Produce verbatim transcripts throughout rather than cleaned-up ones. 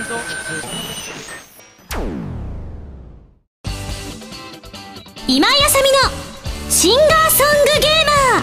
今井あさみのシンガーソングゲーマー。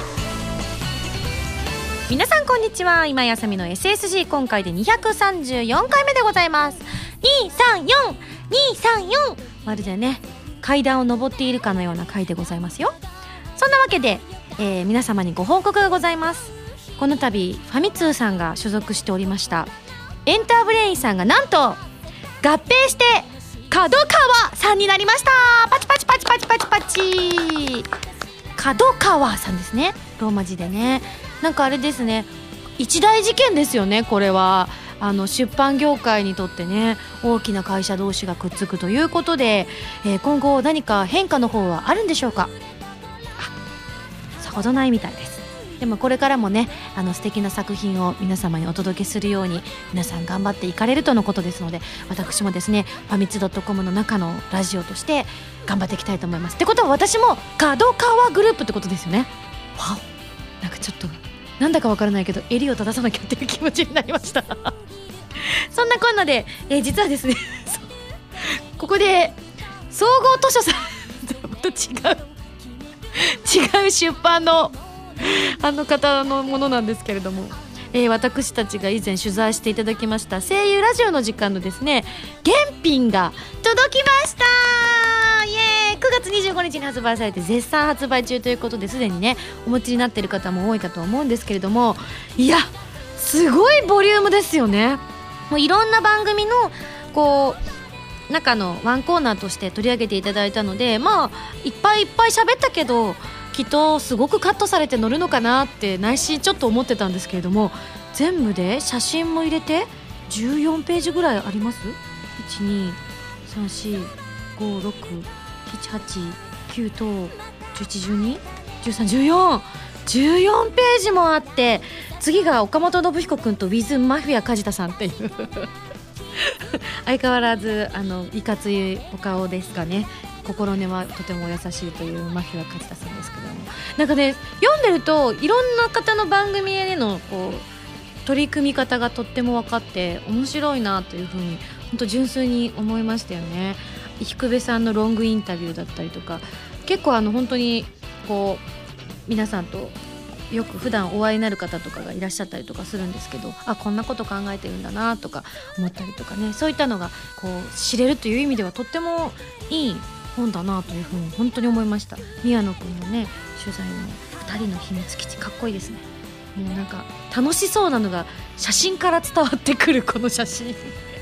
皆さんこんにちは。今井あさみの エスエスジー 今回でにひゃくさんじゅうよんかいめでございます。にさんよん にさんよん、まるでね階段を登っているかのような回でございますよ。そんなわけで、えー、皆様にご報告がございます。この度ファミ通さんが所属しておりましたエンターブレインさんがなんと合併して角川さんになりました。パチパチパチパチパチパチ。角川さんですね、ローマ字でね。なんかあれですね、一大事件ですよね。これはあの出版業界にとってね大きな会社同士がくっつくということで、えー、今後何か変化の方はあるんでしょうか。あ、さほどないみたいです。でもこれからもねあの素敵な作品を皆様にお届けするように皆さん頑張っていかれるとのことですので、私もですねファミツ .com の中のラジオとして頑張っていきたいと思います。ってことは私も角川グループってことですよね。わお、なんかちょっとなんだかわからないけど襟を正さなきゃっていう気持ちになりましたそんなこんなで、えー、実はですねここで総合図書さんと違う違う出版のあの方のものなんですけれども、えー、私たちが以前取材していただきました声優ラジオの時間のですね原品が届きました。イエーイ。くがつにじゅうごにちに発売されて絶賛発売中ということで、すでにねお持ちになっている方も多いかと思うんですけれども、いやすごいボリュームですよね。もういろんな番組のこう中のワンコーナーとして取り上げていただいたので、まあいっぱいいっぱい喋ったけどきっとすごくカットされて載るのかなって内心ちょっと思ってたんですけれども、全部で写真も入れてじゅうよんページぐらいあります。 いちにさんしごろくしちはちきゅうとじゅういちじゅうにじゅうさんじゅうよん じゅうよんページもあって、次が岡本信彦君と with マフィア梶田さんっていう相変わらずあのいかついお顔ですがね、心根はとても優しいというマフィア梶田さんですけども、なんかね読んでるといろんな方の番組へのこう取り組み方がとっても分かって面白いなというふうに本当純粋に思いましたよね。低部さんのロングインタビューだったりとか、結構あの本当にこう皆さんとよく普段お会いになる方とかがいらっしゃったりとかするんですけど、あこんなこと考えてるんだなとか思ったりとかね、そういったのがこう知れるという意味ではとってもいい本だなというふうに本当に思いました。宮野くんのね取材のふたりの秘密基地かっこいいですね。もうなんか楽しそうなのが写真から伝わってくるこの写真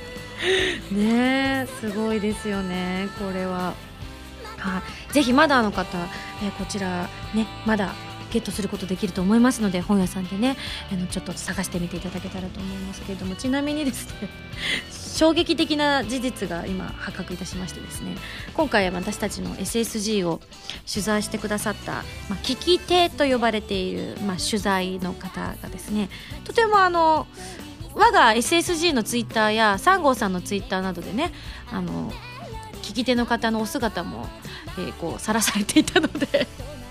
ねえすごいですよねこれは。はい、ぜひまだの方、えー、こちらねまだゲットすることできると思いますので、本屋さんでねあのちょっと探してみていただけたらと思いますけれども、ちなみにですね衝撃的な事実が今発覚いたしましてですね、今回は私たちの エスエスジー を取材してくださった、まあ、聞き手と呼ばれている、まあ、取材の方がですね、とてもあの我が エスエスジー のツイッターやさん号さんのツイッターなどでねあの聞き手の方のお姿も、えー、こう晒されていたので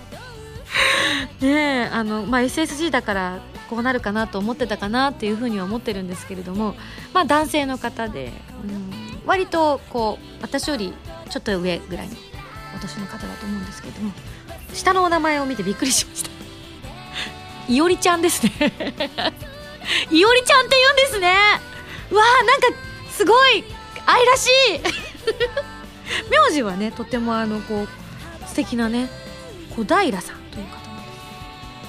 ねえあの、まあ、エスエスジー だからこうなるかなと思ってたかなっていうふうには思ってるんですけれども、まあ、男性の方で、うん、割とこう私よりちょっと上ぐらいのお年の方だと思うんですけれども、下のお名前を見てびっくりしましたいおりちゃんですねいおりちゃんって言うんですね。うわーなんかすごい愛らしい名字はねとてもあのこう素敵なね小平さんという方なんです。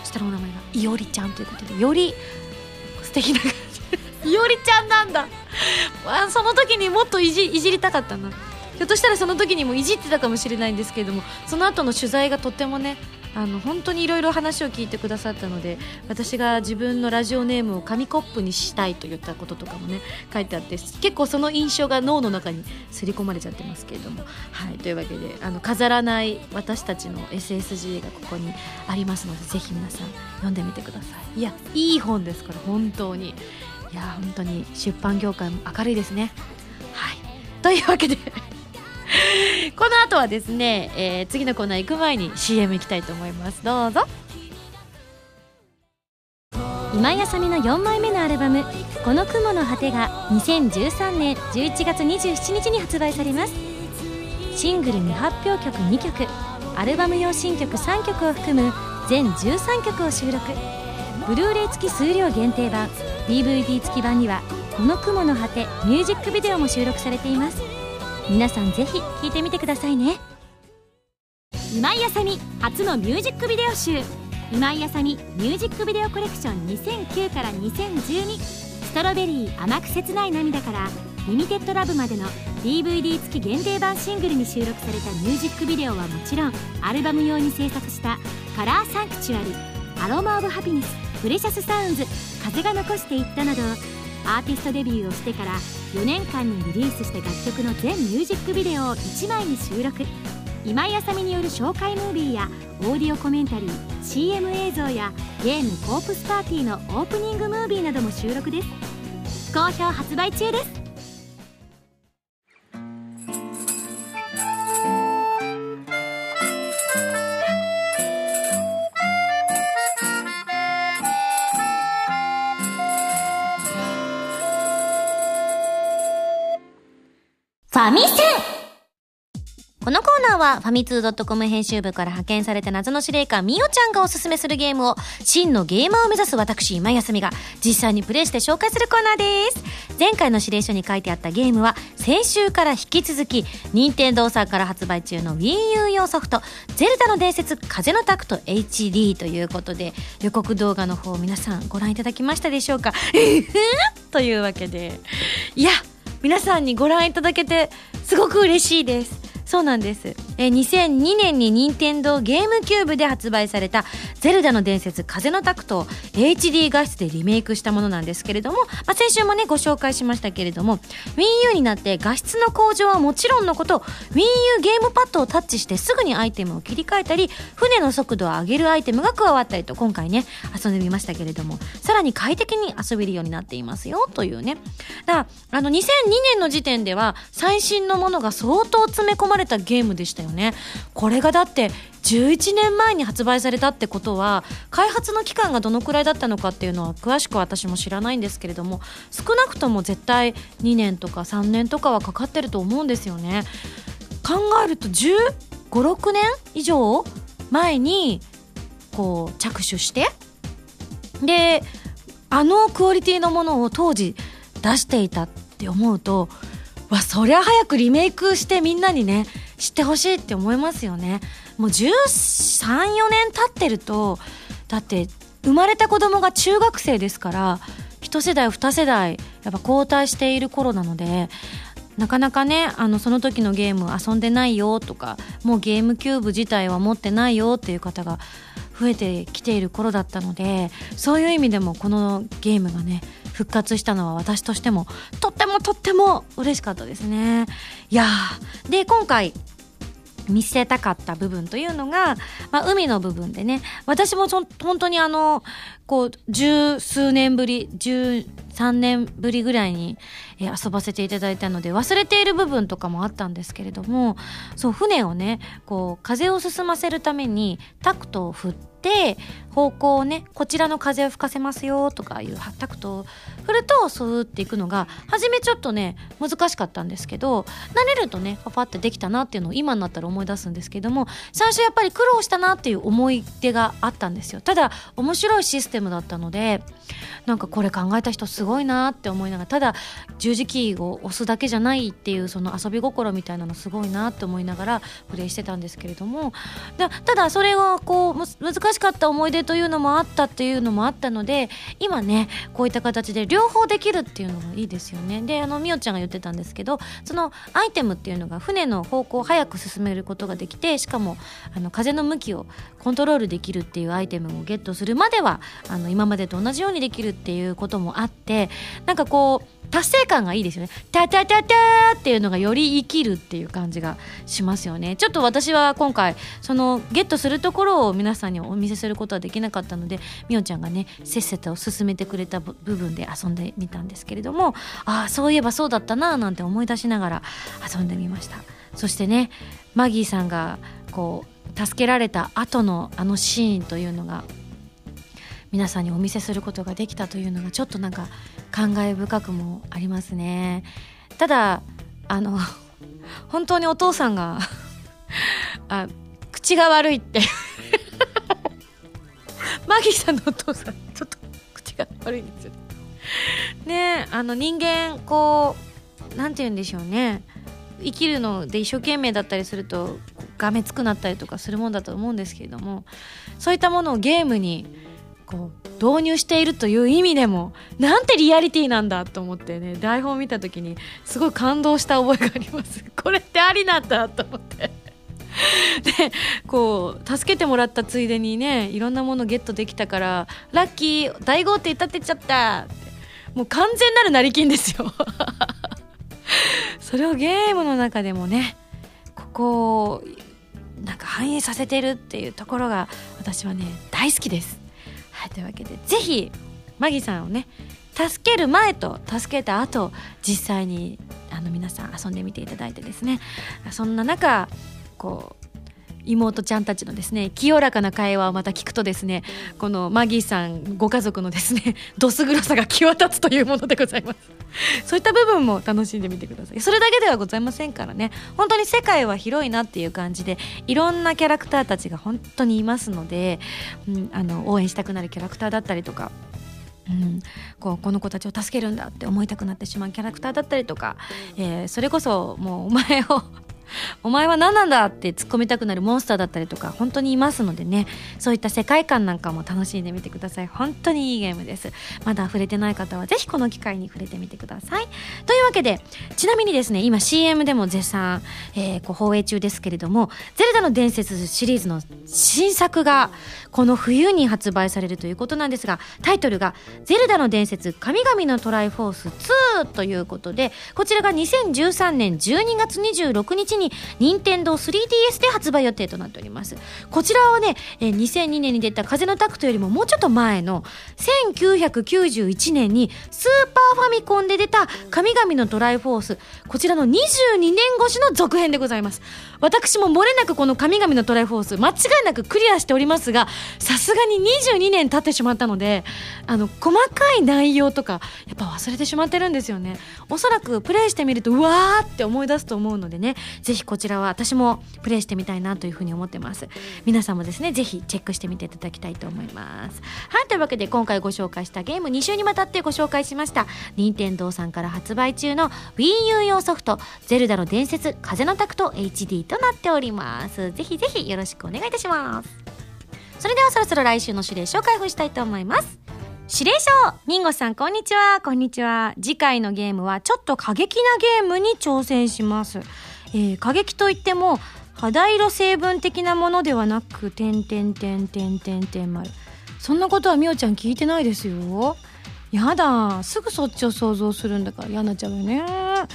下のお名前がいおりちゃんということでより素敵な感じいおりちゃんなんだあその時にもっとい じ, いじりたかったな。ひょっとしたらその時にもいじってたかもしれないんですけれども、その後の取材がとってもねあの本当にいろいろ話を聞いてくださったので、私が自分のラジオネームを紙コップにしたいと言ったこととかもね書いてあって、結構その印象が脳の中に刷り込まれちゃってますけれども、はい、というわけであの飾らない私たちの エスエスジー がここにありますので、ぜひ皆さん読んでみてください。いやいい本ですから本当に。いや本当に出版業界も明るいですね。はい、というわけでこの後はですね、えー、次のコーナー行く前に シーエム 行きたいと思います。どうぞ。 今井あさみのよんまいめのアルバム「この雲の果て」がにせんじゅうさんねんじゅういちがつにじゅうしちにちに発売されます。シングル未発表曲にきょく、アルバム用新曲さんきょくを含む全じゅうさんきょくを収録。ブルーレイ付き数量限定版、 ディーブイディー 付き版には「この雲の果て」ミュージックビデオも収録されています。皆さんぜひ聴いてみてくださいね。今井あさみ初のミュージックビデオ集、今井あさみミュージックビデオコレクションにせんきゅうからにせんじゅうに、ストロベリー甘く切ない涙からリミテッドラブまでの ディーブイディー 付き限定版シングルに収録されたミュージックビデオはもちろん、アルバム用に制作したカラーサンクチュアリ、アロマオブハピネス、プレシャスサウンズ、風が残していったなど、アーティストデビューをしてからよねんかんにリリースした楽曲の全ミュージックビデオをいちまいに収録。今井あさみによる紹介ムービーやオーディオコメンタリー、 シーエム 映像やゲームコープスパーティーのオープニングムービーなども収録です。好評発売中です。 ファミセン。 このコーナーはファミツー .com 編集部から派遣された謎の司令官みおちゃんがおすすめするゲームを真のゲーマーを目指す私今井あさみが実際にプレイして紹介するコーナーです。前回の指令書に書いてあったゲームは先週から引き続き任天堂さんから発売中の WiiU 用ソフトゼルダの伝説風のタクト エイチディー ということで、予告動画の方皆さんご覧いただきましたでしょうかというわけで、いや皆さんにご覧いただけてすごく嬉しいです。そうなんです。えー、にせんにねんに任天堂ゲームキューブで発売されたゼルダの伝説風のタクトを エイチディー 画質でリメイクしたものなんですけれども、まあ、先週もねご紹介しましたけれども WiiU になって画質の向上はもちろんのこと WiiU ゲームパッドをタッチしてすぐにアイテムを切り替えたり船の速度を上げるアイテムが加わったりと今回ね遊んでみましたけれども、さらに快適に遊べるようになっていますよというね。だからあのにせんにねんの時点では最新のものが相当詰め込まれたゲームでしたよね。これがだってじゅういちねんまえに発売されたってことは開発の期間がどのくらいだったのかっていうのは詳しくは私も知らないんですけれども、少なくとも絶対にねんとかさんねんとかはかかってると思うんですよね。考えるとじゅうご、ろくねん以上前にこう着手してであのクオリティのものを当時出していたって思うと、わそりゃ早くリメイクしてみんなにね知ってほしいって思いますよね。もうじゅうさん、よねん経ってるとだって生まれた子供が中学生ですから一世代二世代やっぱ交代している頃なので、なかなかねあのその時のゲーム遊んでないよとかもうゲームキューブ自体は持ってないよっていう方が増えてきている頃だったので、そういう意味でもこのゲームがね復活したのは私としてもとってもとっても嬉しかったですね。いやーで今回見せたかった部分というのが、まあ、海の部分でね、私もそ本当にあのこう十数年ぶり十さんねんぶりぐらいに、えー、遊ばせていただいたので忘れている部分とかもあったんですけれども、そう船をねこう風を進ませるためにタクトを振って方向をねこちらの風を吹かせますよとかいうタクトを振るとそうっていくのが初めちょっとね難しかったんですけど、慣れるとねパパってできたなっていうのを今になったら思い出すんですけども、最初やっぱり苦労したなっていう思い出があったんですよ。ただ面白いシステムだったのでなんかこれ考えた人すごいなって思いながら、ただ十字キーを押すだけじゃないっていうその遊び心みたいなのすごいなって思いながらプレイしてたんですけれども、だただそれをこう難しかった思い出というのもあったっていうのもあったので、今ねこういった形で両方できるっていうのもいいですよね。であのみおちゃんが言ってたんですけど、そのアイテムっていうのが船の方向を早く進めることができて、しかもあの風の向きをコントロールできるっていうアイテムをゲットするまではあの今までと同じようにできるっていうこともあって、なんかこう達成感がいいですよね。タタタターっていうのがより生きるっていう感じがしますよね。ちょっと私は今回そのゲットするところを皆さんにお見せすることはできなかったので、みおちゃんがねせっせと進めてくれた部分で遊んでみたんですけれども、ああそういえばそうだったななんて思い出しながら遊んでみました。そしてねマギーさんがこう助けられた後のあのシーンというのが皆さんにお見せすることができたというのがちょっとなんか感慨深くもありますね。ただあの本当にお父さんがあ口が悪いってマギさんのお父さんちょっと口が悪いんですよね。あの人間こうなんて言うんでしょうね、生きるので一生懸命だったりするとがめつくなったりとかするもんだと思うんですけれども、そういったものをゲームにこう導入しているという意味でもなんてリアリティなんだと思ってね、台本を見た時にすごい感動した覚えがあります。これってありなんだと思ってでこう助けてもらったついでにね、いろんなものゲットできたからラッキー大豪邸立てちゃったって、もう完全なる成金ですよそれをゲームの中でもねここをなんか反映させてるっていうところが私はね大好きです。はい、というわけでぜひマギさんをね助ける前と助けた後実際にあの皆さん遊んでみていただいてですね、そんな中こう妹ちゃんたちのですね清らかな会話をまた聞くとですね、このマギーさんご家族のですねどす黒さが際立つというものでございますそういった部分も楽しんでみてください。それだけではございませんからね、本当に世界は広いなっていう感じでいろんなキャラクターたちが本当にいますので、うん、あの応援したくなるキャラクターだったりとか、うん、こうこの子たちを助けるんだって思いたくなってしまうキャラクターだったりとか、えー、それこそもうお前をお前は何なんだって突っ込みたくなるモンスターだったりとか本当にいますのでね、そういった世界観なんかも楽しんでみてください。本当にいいゲームです。まだ触れてない方はぜひこの機会に触れてみてください。というわけでちなみにですね今 シーエム でも絶賛、えー、こう放映中ですけれども、ゼルダの伝説シリーズの新作がこの冬に発売されるということなんですが、タイトルがゼルダの伝説神々のトライフォースツーということで、こちらがにせんじゅうさんねんじゅうにがつにじゅうろくにちに任天堂 スリーディーエス で発売予定となっております。こちらはね、えー、にせんにねんに出た風のタクトよりももうちょっと前のせんきゅうひゃくきゅうじゅういちねんにスーパーファミコンで出た神々のトライフォース、こちらのにじゅうにねん越しの続編でございます。私も漏れなくこの神々のトライフォース間違いなくクリアしておりますが、さすがににじゅうにねん経ってしまったのであの細かい内容とかやっぱ忘れてしまってるんですよね。おそらくプレイしてみるとうわーって思い出すと思うのでね、ぜひこちらは私もプレイしてみたいなというふうに思ってます。皆さんもですねぜひチェックしてみていただきたいと思います。はい、というわけで今回ご紹介したゲームに週にわたってご紹介しました任天堂さんから発売中の WiiU 用ソフトゼルダの伝説風のタクト エイチディー となっております。ぜひぜひよろしくお願いいたします。それではそろそろ来週の指令書を開封したいと思います。指令書、ミンゴさんこんにちは。こんにちは。次回のゲームはちょっと過激なゲームに挑戦します。えー、過激といっても肌色成分的なものではなく点点点点点点丸、そんなことはみおちゃん聞いてないですよ。やだ、すぐそっちを想像するんだから嫌になっちゃうよね。はい、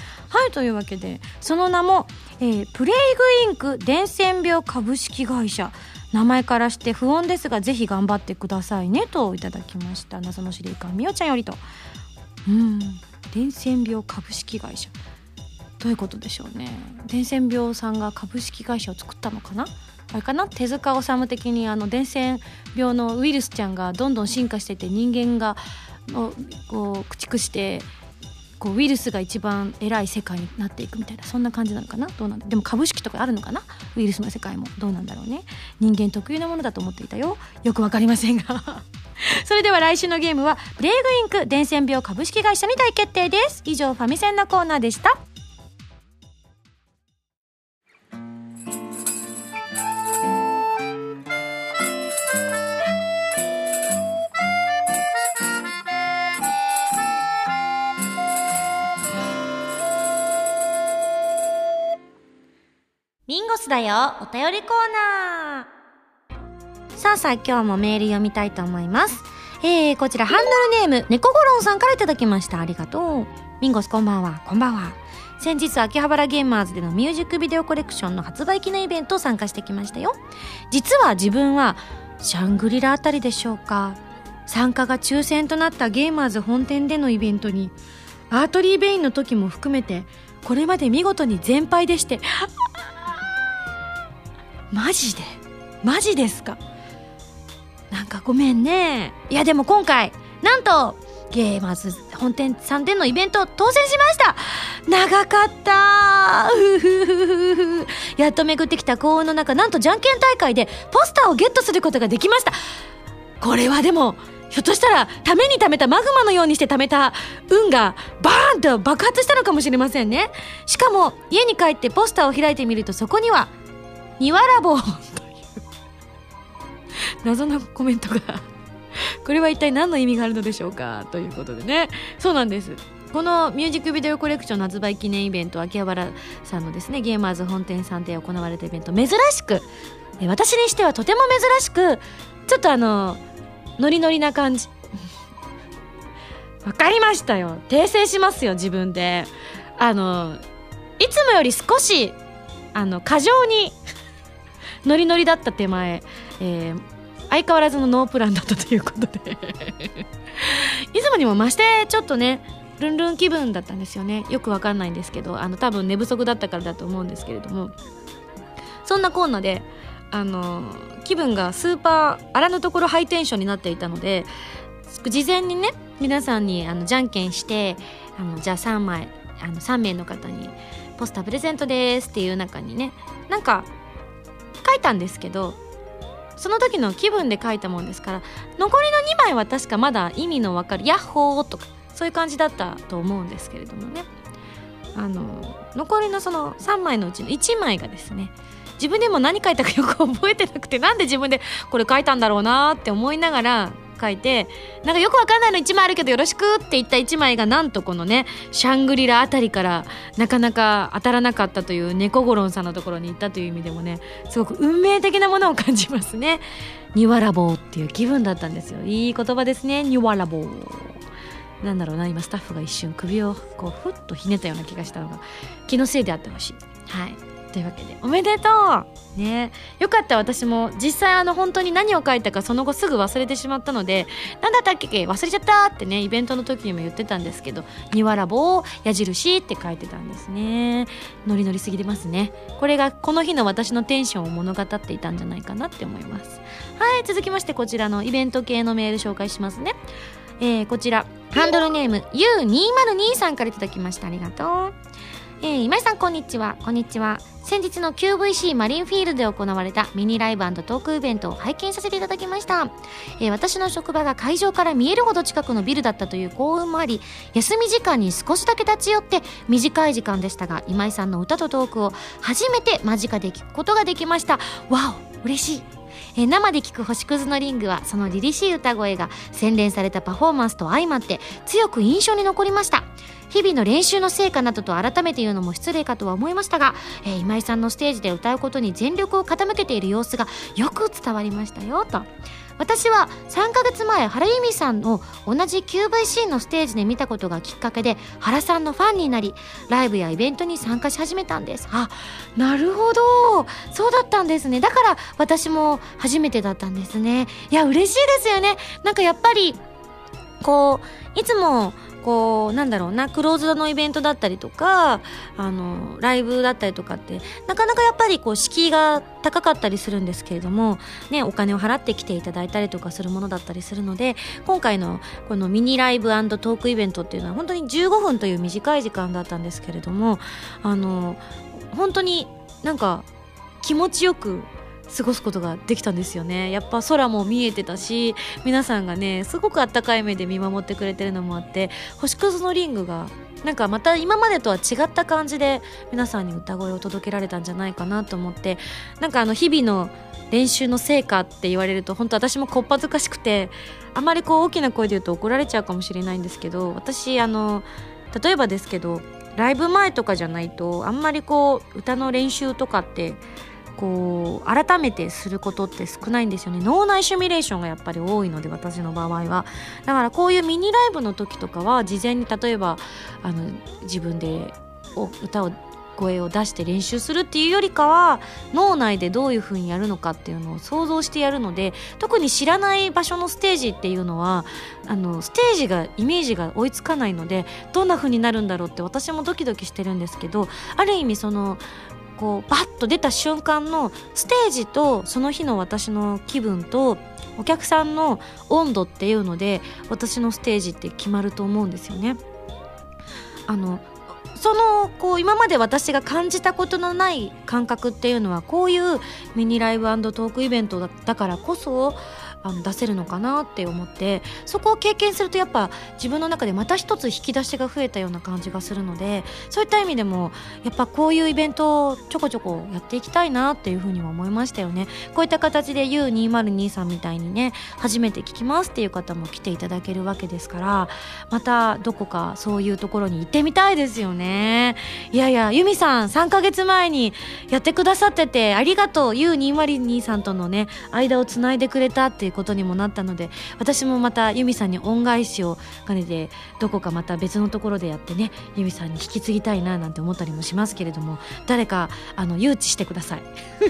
というわけでその名も、えー、プレイグインク伝染病株式会社、名前からして不穏ですがぜひ頑張ってくださいねといただきました。謎の司令官みおちゃんよりと。うーん、伝染病株式会社どういうことでしょうね。伝染病さんが株式会社を作ったのかな、あれかな、手塚治虫的にあの伝染病のウイルスちゃんがどんどん進化していて人間がをこう駆逐してこうウイルスが一番偉い世界になっていくみたいな、そんな感じなのかな。どうなんだ、でも株式とかあるのかな、ウイルスの世界も。どうなんだろうね。人間特有なものだと思っていたよ。よくわかりませんがそれでは来週のゲームはプレイグインク伝染病株式会社に大決定です。以上ファミセンのコーナーでした。ミンゴスだよお便りコーナー。さあさあ今日もメール読みたいと思います。えー、こちらハンドルネーム猫ゴロンさんからいただきました。ありがとう。ミンゴスこんばんは。こんばんは。先日秋葉原ゲーマーズでのミュージックビデオコレクションの発売記念イベントを参加してきましたよ。実は自分はシャングリラあたりでしょうか、参加が抽選となったゲーマーズ本店でのイベントにアートリーベインの時も含めてこれまで見事に全敗でしてマジでマジですか。 なんかごめんね。いやでも今回なんとゲーマーズ本店さんでのイベント当選しました。長かったやっと巡ってきた幸運の中、なんとじゃんけん大会でポスターをゲットすることができました。これはでもひょっとしたらために貯めたマグマのようにして貯めた運がバーンと爆発したのかもしれませんね。しかも家に帰ってポスターを開いてみると、そこには庭ラボという謎のコメントがこれは一体何の意味があるのでしょうかということでね。そうなんです。このミュージックビデオコレクションの発売記念イベント、秋葉原さんのですねゲーマーズ本店さんで行われたイベント、珍しく私にしてはとても珍しく、ちょっとあのノリノリな感じわかりましたよ。訂正しますよ自分で。あのいつもより少しあの過剰にノリノリだった手前、えー、相変わらずのノープランだったということでいつもにも増してちょっとねルンルン気分だったんですよね。よくわかんないんですけど、あの多分寝不足だったからだと思うんですけれども、そんなこんなであの気分がスーパーあらぬところハイテンションになっていたので、事前にね皆さんにあのじゃんけんして、あのじゃあさんまいあのさんめいの方にポスタープレゼントですっていう中にねなんか書いたんですけど、その時の気分で書いたもんですから、残りのにまいは確かまだ意味のわかるヤッホーとかそういう感じだったと思うんですけれどもね、あの残りのそのさんまいのうちのいちまいがですね、自分でも何書いたかよく覚えてなくて、なんで自分でこれ書いたんだろうなって思いながら書いて、なんかよくわかんないのいちまいあるけどよろしくって言ったいちまいがなんとこのねシャングリラあたりからなかなか当たらなかったという猫ゴロンさんのところに行ったという意味でもね、すごく運命的なものを感じますね。ニワラボーっていう気分だったんですよ。いい言葉ですね、ニワラボー。なんだろうな、今スタッフが一瞬首をこうふっとひねったような気がしたのが気のせいであってほしい。はい、というわけでおめでとうね。よかった。私も実際あの本当に何を書いたかその後すぐ忘れてしまったので、なんだったっけ忘れちゃったってねイベントの時にも言ってたんですけど、ニワラボ矢印って書いてたんですね。ノリノリすぎてますね。これがこの日の私のテンションを物語っていたんじゃないかなって思います。はい、続きましてこちらのイベント系のメール紹介しますね。えー、こちらハンドルネーム ユーにーまるに さんからいただきました。ありがとう。えー、今井さんこんにちは。こんにちは。先日の キューブイシー マリンフィールドで行われたミニライブ&トークイベントを拝見させていただきました。えー、私の職場が会場から見えるほど近くのビルだったという幸運もあり、休み時間に少しだけ立ち寄って短い時間でしたが、今井さんの歌とトークを初めて間近で聞くことができました。わお、嬉しい。えー、生で聞く星屑のリングはその凛々しい歌声が洗練されたパフォーマンスと相まって強く印象に残りました。日々の練習の成果などと改めて言うのも失礼かとは思いましたが、えー、今井さんのステージで歌うことに全力を傾けている様子がよく伝わりましたよと。私はさんかげつまえ原由美さんを同じ キューブイシー のステージで見たことがきっかけで原さんのファンになり、ライブやイベントに参加し始めたんです。あ、なるほど、そうだったんですね。だから私も初めてだったんですね。いや嬉しいですよね。なんかやっぱりこういつもこうなんだろうな、クローズドのイベントだったりとかあのライブだったりとかってなかなかやっぱりこう敷居が高かったりするんですけれどもね、お金を払って来ていただいたりとかするものだったりするので、今回のこのミニライブ&トークイベントっていうのは本当にじゅうごふんという短い時間だったんですけれども、あの本当になんか気持ちよく過ごすことができたんですよね。やっぱ空も見えてたし、皆さんがねすごくあったかい目で見守ってくれてるのもあって、星屑のリングがなんかまた今までとは違った感じで皆さんに歌声を届けられたんじゃないかなと思って、なんかあの日々の練習の成果って言われると本当私もこっぱずかしくて、あまりこう大きな声で言うと怒られちゃうかもしれないんですけど、私あの例えばですけどライブ前とかじゃないとあんまりこう歌の練習とかってこう改めてすることって少ないんですよね。脳内シミュレーションがやっぱり多いので、私の場合はだからこういうミニライブの時とかは事前に例えばあの自分で歌を声を出して練習するっていうよりかは脳内でどういう風にやるのかっていうのを想像してやるので、特に知らない場所のステージっていうのはあのステージがイメージが追いつかないので、どんな風になるんだろうって私もドキドキしてるんですけど、ある意味そのこうバッと出た瞬間のステージとその日の私の気分とお客さんの温度っていうので私のステージって決まると思うんですよね。あのそのこう今まで私が感じたことのない感覚っていうのはこういうミニライブ&トークイベントだだからこそあの出せるのかなって思って、そこを経験するとやっぱ自分の中でまた一つ引き出しが増えたような感じがするので、そういった意味でもやっぱこういうイベントをちょこちょこやっていきたいなっていうふうにも思いましたよね。こういった形で ユーにせんにじゅうさん みたいにね初めて聞きますっていう方も来ていただけるわけですから、またどこかそういうところに行ってみたいですよね。いやいやユミさんさんかげつまえにやってくださっててありがとう。 ユーにせんにじゅうさん とのね間をつないでくれたっていうことにもなったので、私もまたユミさんに恩返しを兼ねてどこかまた別のところでやってねユミさんに引き継ぎたいななんて思ったりもしますけれども、誰かあの誘致してください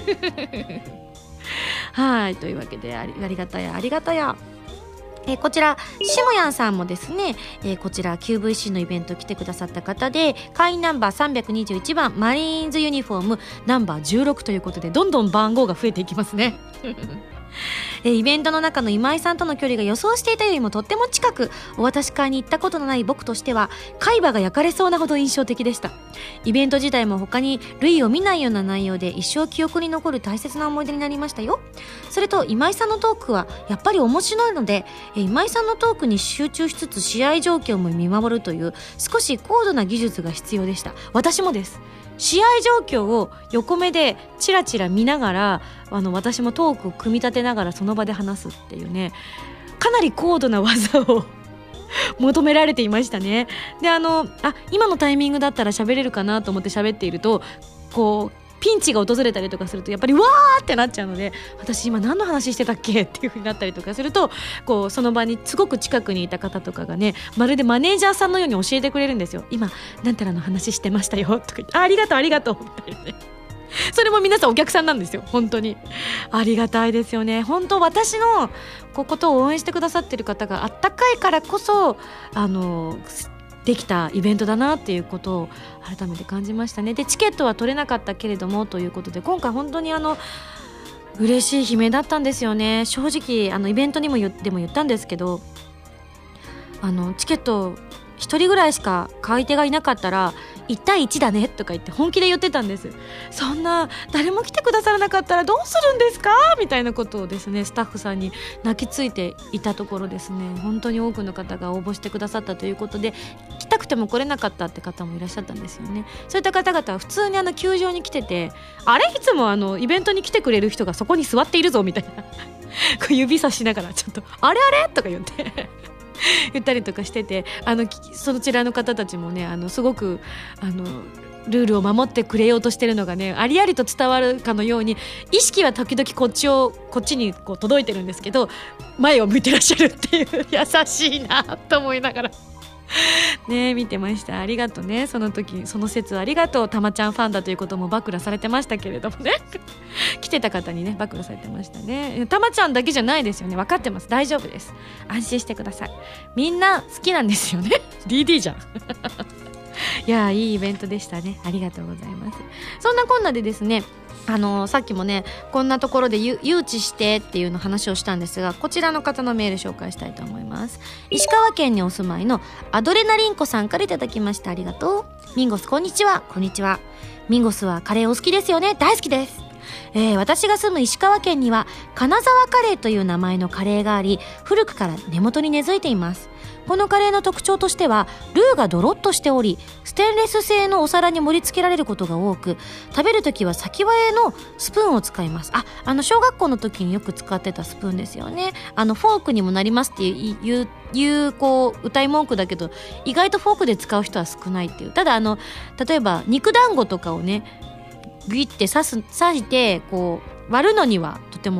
はいというわけであり、ありがたやありがたやえー、こちらしもやんさんもですね、えー、こちら キューブイシー のイベント来てくださった方で会員ナンバーさんびゃくにじゅういちばんマリーンズユニフォームナンバーじゅうろくということでどんどん番号が増えていきますねえー、イベントの中の今井さんとの距離が予想していたよりもとっても近く、お渡し会に行ったことのない僕としては海馬が焼かれそうなほど印象的でした。イベント自体も他に類を見ないような内容で一生記憶に残る大切な思い出になりましたよ。それと今井さんのトークはやっぱり面白いので、えー、今井さんのトークに集中しつつ試合状況も見守るという少し高度な技術が必要でした。私もです。試合状況を横目でチラチラ見ながらあの私もトークを組み立てながらその場で話すっていうね、かなり高度な技を求められていましたね。であのあ今のタイミングだったら喋れるかなと思って喋っているとこうピンチが訪れたりとかするとやっぱりわーってなっちゃうので、私今何の話してたっけっていう風になったりとかするとこうその場にすごく近くにいた方とかがねまるでマネージャーさんのように教えてくれるんですよ。今なんたらの話してましたよとか言って あ, ありがとうありがとうみたいなねそれも皆さんお客さんなんですよ。本当にありがたいですよね。本当私のこことを応援してくださってる方があったかいからこそあのできたイベントだなっていうことを改めて感じましたね。でチケットは取れなかったけれどもということで今回本当にあの嬉しい悲鳴だったんですよね。正直あのイベントにも言でも言ったんですけど、あのチケットひとりぐらいしか買い手がいなかったらいちたいいちだねとか言って本気で言ってたんです。そんな誰も来てくださらなかったらどうするんですかみたいなことをですねスタッフさんに泣きついていたところですね、本当に多くの方が応募してくださったということで来たくても来れなかったって方もいらっしゃったんですよね。そういった方々は普通にあの球場に来てて、あれいつもあのイベントに来てくれる人がそこに座っているぞみたいな指さしながらちょっとあれあれとか言って言ったりとかしてて、あのそちらの方たちもねあのすごくあのルールを守ってくれようとしてるのがねありありと伝わるかのように意識は時々こっちをこっちにこう届いてるんですけど前を向いてらっしゃるっていう優しいなと思いながらね見てました。ありがとうね。その時その説ありがとう。たまちゃんファンだということも暴露されてましたけれどもね来てた方にね暴露されてましたね。たまちゃんだけじゃないですよね。分かってます。大丈夫です。安心してください。みんな好きなんですよねディーディー じゃんいやいいイベントでしたね。ありがとうございます。そんなこんなでですねあのさっきもねこんなところで誘致してっていうの話をしたんですが、こちらの方のメール紹介したいと思います。石川県にお住まいのアドレナリンコさんからいただきました。ありがとう。ミンゴスこんにちは。こんにちは。ミンゴスはカレーお好きですよね。大好きです。えー、私が住む石川県には金沢カレーという名前のカレーがあり古くから根元に根付いています。このカレーの特徴としてはルーがドロッとしておりステンレス製のお皿に盛り付けられることが多く、食べるときは先割れのスプーンを使います。あ、あの小学校の時によく使ってたスプーンですよね。あのフォークにもなりますっていういうこう歌い文句だけど意外とフォークで使う人は少ないっていう。ただあの例えば肉団子とかをねグイって刺す刺してこう割るのにはとても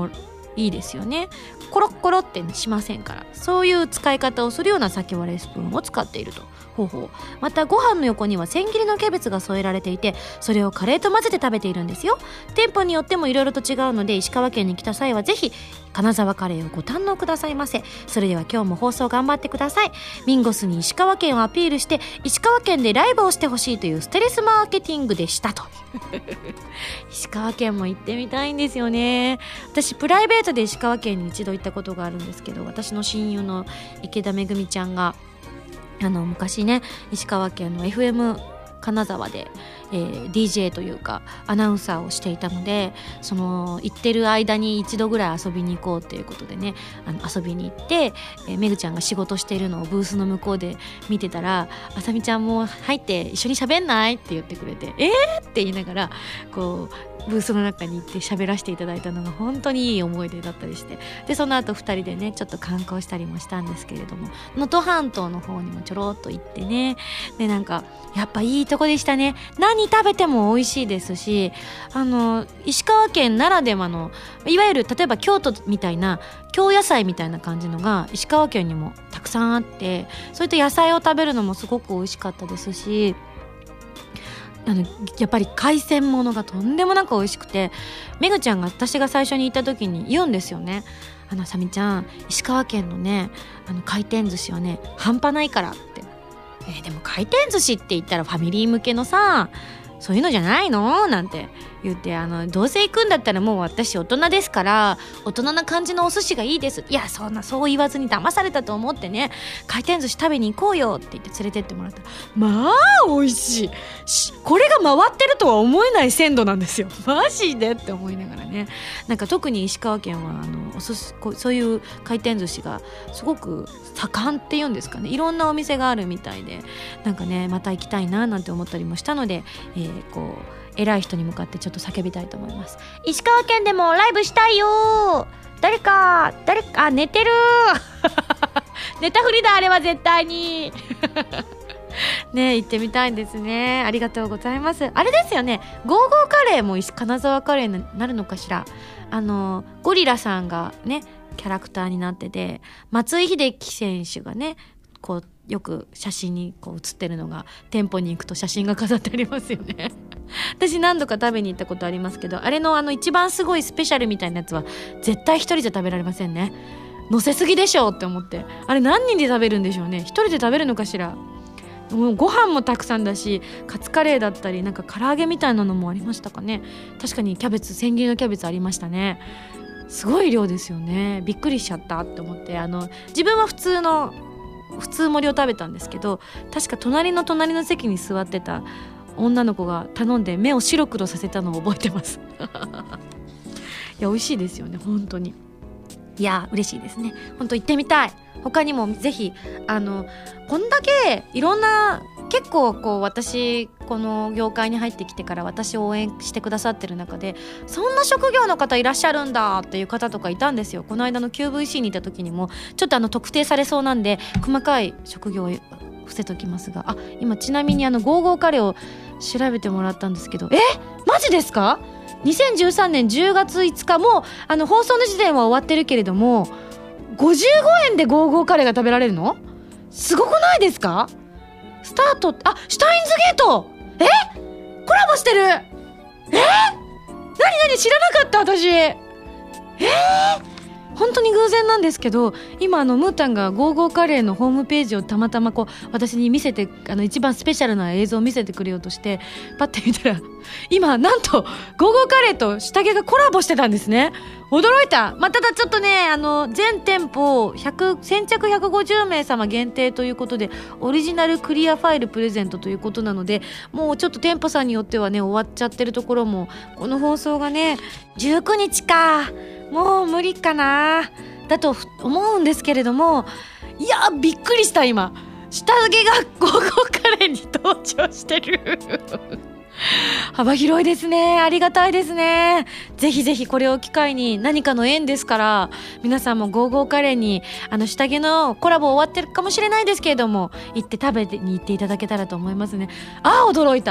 いいですよね。コロッコロってしませんから、そういう使い方をするような先割れスプーンを使っていると。ほうほう。またご飯の横には千切りのキャベツが添えられていて、それをカレーと混ぜて食べているんですよ。店舗によってもいろいろと違うので、石川県に来た際はぜひ金沢カレーをご堪能くださいませ。それでは今日も放送頑張ってください。ミンゴスに石川県をアピールして、石川県でライブをしてほしいというステレスマーケティングでしたと。石川県も行ってみたいんですよね。私プライベートで石川県に一度行ったことがあるんですけど、私の親友の池田めぐみちゃんがあの昔ね、石川県の エフエム 金沢で、えー、ディージェー というかアナウンサーをしていたので、その行ってる間に一度ぐらい遊びに行こうっていうことでね、あの遊びに行って、えー、めぐちゃんが仕事しているのをブースの向こうで見てたら、あさみちゃんも入って一緒に喋んないって言ってくれて、えーって言いながらこうブースの中に行って喋らせていただいたのが本当にいい思い出だったりして、でその後ふたりでねちょっと観光したりもしたんですけれども、能登半島の方にもちょろっと行ってね、でなんかやっぱいいとこでしたね。何食べても美味しいですし、あの石川県ならではの、いわゆる例えば京都みたいな京野菜みたいな感じのが石川県にもたくさんあって、そういった野菜を食べるのもすごく美味しかったですし、あのやっぱり海鮮物がとんでもなく美味しくて、めぐちゃんが私が最初に行った時に言うんですよね。あのさみちゃん、石川県のねあの回転寿司はね半端ないからって。えー、でも回転寿司って言ったらファミリー向けのさ、そういうのじゃないのなんて言って、あのどうせ行くんだったらもう私大人ですから大人な感じのお寿司がいいです。いやそんなそう言わずに騙されたと思ってね、回転寿司食べに行こうよって言って連れてってもらったら、まあ美味しいし、これが回ってるとは思えない鮮度なんですよ。マジでって思いながらね、なんか特に石川県はあのお寿司、こうそういう回転寿司がすごく盛んっていうんですかね、いろんなお店があるみたいで、なんかねまた行きたいななんて思ったりもしたので、えーこう偉い人に向かってちょっと叫びたいと思います。石川県でもライブしたいよ。誰か誰か、あ寝てる寝たふりだあれは絶対にね行ってみたいんですね。ありがとうございます。あれですよね、ゴーゴーカレーも金沢カレーになるのかしら。あのゴリラさんがねキャラクターになってて、松井秀喜選手がねこうよく写真にこう写ってるのが店舗に行くと写真が飾ってありますよね私何度か食べに行ったことありますけど、あれのあの一番すごいスペシャルみたいなやつは絶対一人じゃ食べられませんね。乗せすぎでしょって思って、あれ何人で食べるんでしょうね。一人で食べるのかしら。もうご飯もたくさんだし、カツカレーだったりなんか唐揚げみたいなのもありましたかね。確かにキャベツ、千切りのキャベツありましたね。すごい量ですよね。びっくりしちゃったって思って、あの自分は普通の普通盛りを食べたんですけど、確か隣の隣の席に座ってた女の子が頼んで目を白黒させたのを覚えてますいや美味しいですよね本当に。いや嬉しいですね。本当行ってみたい。他にもぜひあのこんだけいろんな、結構こう私この業界に入ってきてから私を応援してくださってる中で、そんな職業の方いらっしゃるんだっていう方とかいたんですよ。この間の キューブイシー にいた時にもちょっとあの特定されそうなんで細かい職業を伏せときますが、あ今ちなみにあのゴーゴーカレーを調べてもらったんですけど、えマジですか。にせんじゅうさんねんじゅうがついつか、もうあの放送の時点は終わってるけれどもごじゅうごえんでゴーゴーカレーが食べられるのすごくないですか。スタート、あシュタインズゲート、えコラボしてる、えなになに知らなかった私。えー本当に偶然なんですけど、今あのムータンがゴーゴーカレーのホームページをたまたまこう私に見せて、あの一番スペシャルな映像を見せてくれようとしてパッて見たら、今なんとゴーゴーカレーと下着がコラボしてたんですね。驚いた。まあ、ただちょっとねあの全店舗ひゃく先着ひゃくごじゅうめいさま限定ということでオリジナルクリアファイルプレゼントということなので、もうちょっと店舗さんによってはね終わっちゃってるところも、この放送がねじゅうくにちかもう無理かなだと思うんですけれども、いやびっくりした。今下着がゴーゴーカレーに登場してる幅広いですね。ありがたいですね。ぜひぜひこれを機会に、何かの縁ですから皆さんもゴーゴーカレーに、あの下着のコラボ終わってるかもしれないですけれども行って食べに行っていただけたらと思いますね。あー驚いた。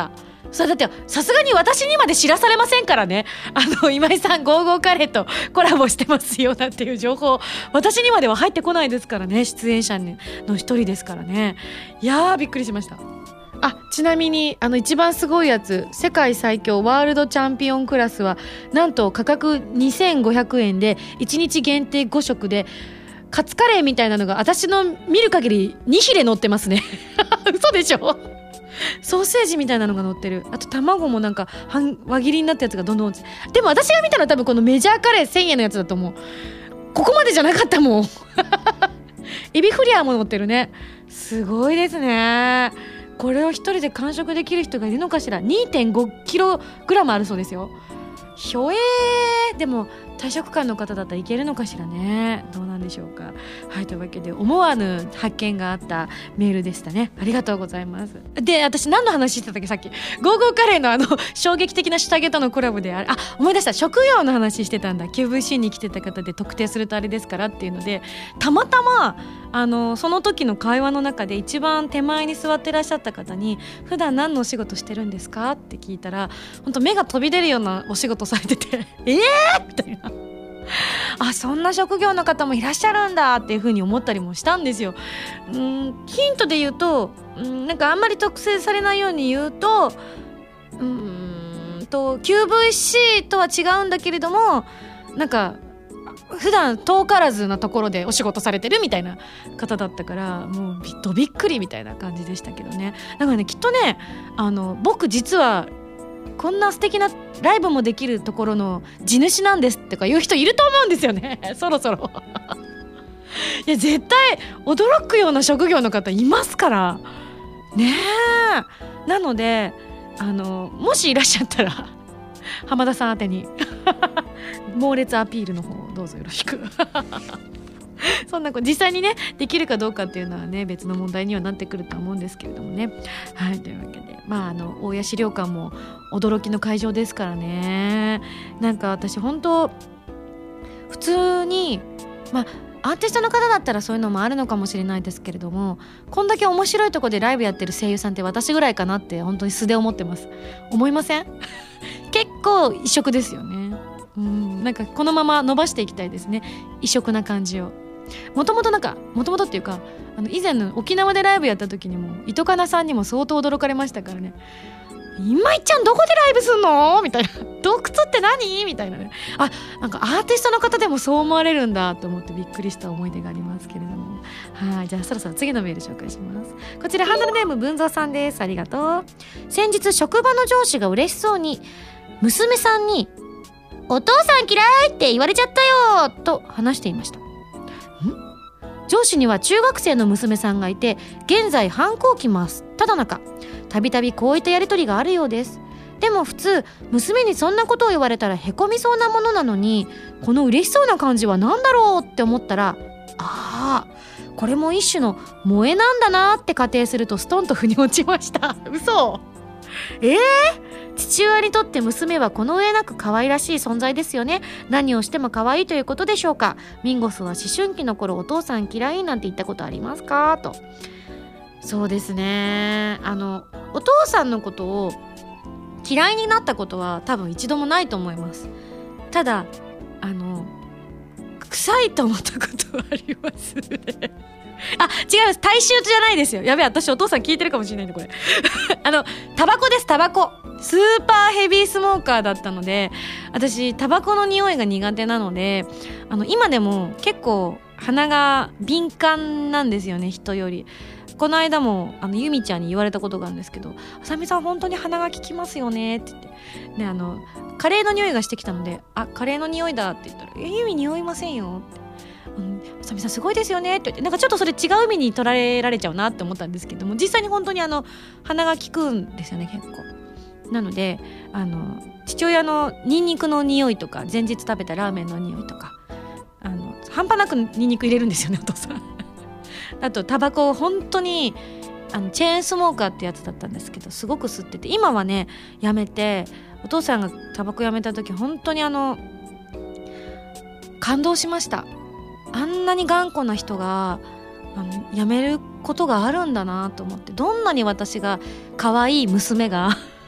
そうだってさすがに私にまで知らされませんからね。あの今井さんゴーゴーカレーとコラボしてますよなんていう情報私にまでは入ってこないですからね。出演者の一人ですからね。いやーびっくりしました。あ、ちなみにあの一番すごいやつ、世界最強ワールドチャンピオンクラスはなんと価格にせんごひゃくえんでいちにち限定ご食でカツカレーみたいなのが私の見る限りにひれ乗ってますね嘘でしょ。ソーセージみたいなのが乗ってる。あと卵もなんか半輪切りになったやつがどんどん落ちて、でも私が見たのは多分このメジャーカレーせんえんのやつだと思う。ここまでじゃなかったもんエビフリアも乗ってるね。すごいですね。これを一人で完食できる人がいるのかしら。 にてんごキログラム あるそうですよ。ひょえー。でも体食館の方だったらいけるのかしらね。どうなんでしょうか。はい、というわけで思わぬ発見があったメールでしたね。ありがとうございます。で、私何の話してたっけさっき。ゴーゴーカレーのあの衝撃的な下着とのコラボであれ、あ、思い出した。食用の話してたんだ。キューブイシー に来てた方で特定するとあれですからっていうので、たまたまあのその時の会話の中で一番手前に座ってらっしゃった方に普段何のお仕事してるんですかって聞いたら、本当目が飛び出るようなお仕事されててえーみたいな、あ、そんな職業の方もいらっしゃるんだっていう風に思ったりもしたんですよ。うーん、ヒントで言うと、うん、なんかあんまり特定されないように言うと、うーんと キューブイシー とは違うんだけれども、なんか普段遠からずなところでお仕事されてるみたいな方だったから、もうびっとびっくりみたいな感じでしたけどね。だからね、きっとね、あの僕実はこんな素敵なライブもできるところの地主なんですってか言う人いると思うんですよねそろそろいや絶対驚くような職業の方いますからねえ。なのであのもしいらっしゃったら浜田さん宛てに猛烈アピールの方どうぞよろしくそんな実際にねできるかどうかっていうのはね別の問題にはなってくると思うんですけれどもね。はい、というわけで、まああの大谷資料館も驚きの会場ですからね。なんか私本当普通にまあアーティストの方だったらそういうのもあるのかもしれないですけれども、こんだけ面白いとこでライブやってる声優さんって私ぐらいかなって本当に素で思ってます。思いません結構異色ですよね。うん、なんかこのまま伸ばしていきたいですね、異色な感じを。もともとなんかもともとっていうかあの以前の沖縄でライブやった時にも糸かなさんにも相当驚かれましたからね。今井ちゃんどこでライブすんのみたいな、洞窟って何みたいなね。あ、なんかアーティストの方でもそう思われるんだと思ってびっくりした思い出がありますけれども。はい、じゃあそろそろ次のメール紹介します。こちらハンドルネーム文蔵さんです。ありがとう。先日職場の上司が嬉しそうに娘さんにお父さん嫌いって言われちゃったよと話していました。上司には中学生の娘さんがいて現在反抗期真っただ中、たびたびこういったやりとりがあるようです。でも普通娘にそんなことを言われたらへこみそうなものなのに、この嬉しそうな感じは何だろうって思ったら、ああこれも一種の萌えなんだなって仮定するとストンと腑に落ちました。嘘。えー、父親にとって娘はこの上なく可愛らしい存在ですよね。何をしても可愛いということでしょうか。ミンゴスは思春期の頃お父さん嫌いなんて言ったことありますかと。そうですね、あのお父さんのことを嫌いになったことは多分一度もないと思います。ただあの臭いと思ったことはありますねあ、違います。大衆じゃないですよ。やべえ、私お父さん聞いてるかもしれないんでこれあのタバコです。タバコスーパーヘビースモーカーだったので、私タバコの匂いが苦手なので、あの今でも結構鼻が敏感なんですよね、人より。この間もあのユミちゃんに言われたことがあるんですけど、あさみさん本当に鼻が利きますよねって言ってね、あのカレーの匂いがしてきたので、あ、カレーの匂いだって言ったら、え、ユミ匂いませんよって、うん、あさみさんすごいですよねって言って、なんかちょっとそれ違う意味に取られられちゃうなって思ったんですけども、実際に本当にあの鼻が利くんですよね、結構。なのであの父親のニンニクの匂いとか、前日食べたラーメンの匂いとか、あの半端なくニンニク入れるんですよね、お父さんあとタバコを本当にあのチェーンスモーカーってやつだったんですけど、すごく吸ってて、今はねやめて、お父さんがタバコやめた時本当にあの感動しました。あんなに頑固な人があのやめることがあるんだなと思って、どんなに私が可愛い娘が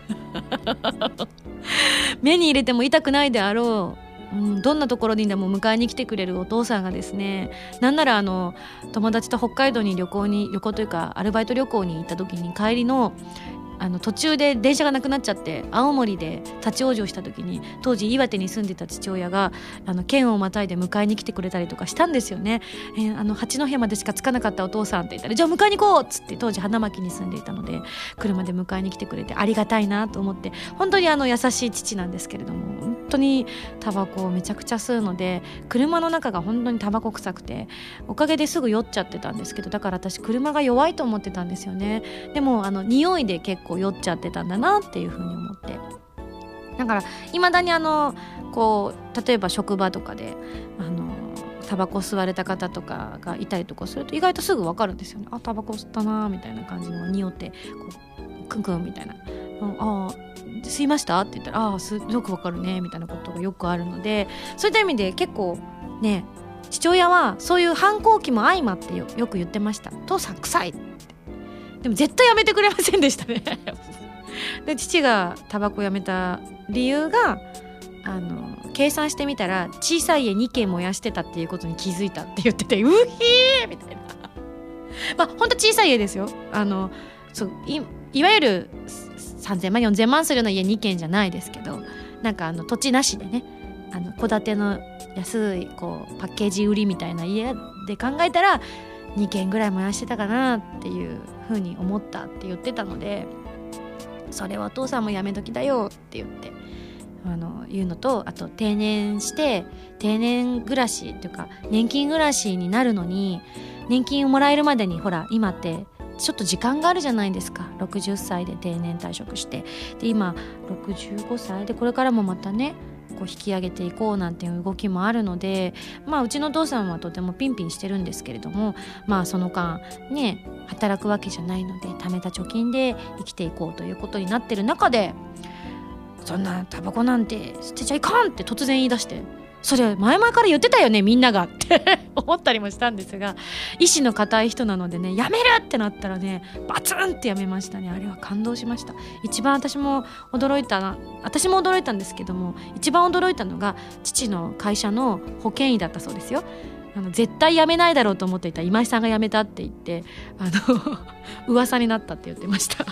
目に入れても痛くないであろう、うん、どんなところにでも迎えに来てくれるお父さんがですね、なんならあの友達と北海道に旅行に旅行というかアルバイト旅行に行った時に帰りのあの途中で電車がなくなっちゃって青森で立ち往生した時に、当時岩手に住んでた父親があの県をまたいで迎えに来てくれたりとかしたんですよね。えー、あの八戸までしか着かなかったお父さんって言ったら、じゃあ迎えに行こうっつって、当時花巻に住んでいたので車で迎えに来てくれてありがたいなと思って、本当にあの優しい父なんですけれども、本当にタバコをめちゃくちゃ吸うので、車の中が本当にタバコ臭くて、おかげですぐ酔っちゃってたんですけど、だから私車が弱いと思ってたんですよね。でもあの匂いで結構酔っちゃってたんだなっていうふうに思って、だからいまだにあのこう例えば職場とかであのタバコ吸われた方とかがいたりとかすると、意外とすぐ分かるんですよね。あ、タバコ吸ったなみたいな感じの匂ってこうクンクンみたいな、ああ吸いましたって言ったら、ああすよく分かるねみたいなことがよくあるので、そういった意味で結構ね、父親はそういう反抗期も相まって よ, よく言ってました。父さん臭いって。でも絶対やめてくれませんでしたねで父がタバコやめた理由があの計算してみたら小さい家にけん燃やしてたっていうことに気づいたって言ってて、うひーみたいなまあほんと小さい家ですよ。あのそう い, いわゆるさんぜんまんよんぜんまんするような家にけんじゃないですけど、なんかあの土地なしでね、あの戸建ての安いこうパッケージ売りみたいな家で考えたらにけんぐらい燃やしてたかなっていう風に思ったって言ってたので、それはお父さんもやめときだよって言ってあの言うのと、あと定年して定年暮らしというか年金暮らしになるのに、年金をもらえるまでにほら今ってちょっと時間があるじゃないですか。ろくじゅっさいで定年退職して、で今ろくじゅうごさいでこれからもまたねこう引き上げていこうなんていう動きもあるので、まあうちのお父さんはとてもピンピンしてるんですけれども、まあその間ね働くわけじゃないので貯めた貯金で生きていこうということになってる中で、そんなタバコなんて捨てちゃいかんって突然言い出して、それ前々から言ってたよねみんながって思ったりもしたんですが、意志の固い人なのでね、やめるってなったらねバツンってやめましたね。あれは感動しました。一番私も驚いたな私も驚いたんですけども、一番驚いたのが父の会社の保険医だったそうですよ。あの絶対やめないだろうと思っていた今井さんがやめたって言ってあの噂になったって言ってました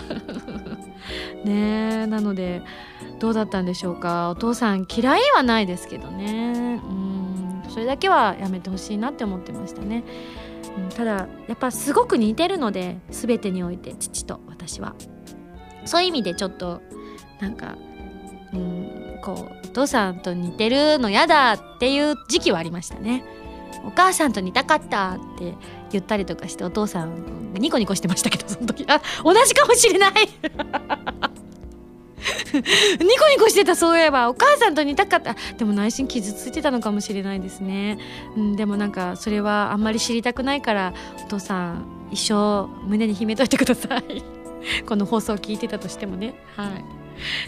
ねえ、なのでどうだったんでしょうか。お父さん嫌いはないですけどね、うん、それだけはやめてほしいなって思ってましたね、うん、ただやっぱすごく似てるので、全てにおいて父と私はそういう意味でちょっとなんか、うん、こうお父さんと似てるのやだっていう時期はありましたね。お母さんと似たかったって言ったりとかして、お父さんニコニコしてましたけど、その時あ同じかもしれないニコニコしてた。そういえばお母さんと似たかった。でも内心傷ついてたのかもしれないですね、うん、でもなんかそれはあんまり知りたくないから、お父さん一生胸に秘めといてくださいこの放送を聞いてたとしてもね。はい、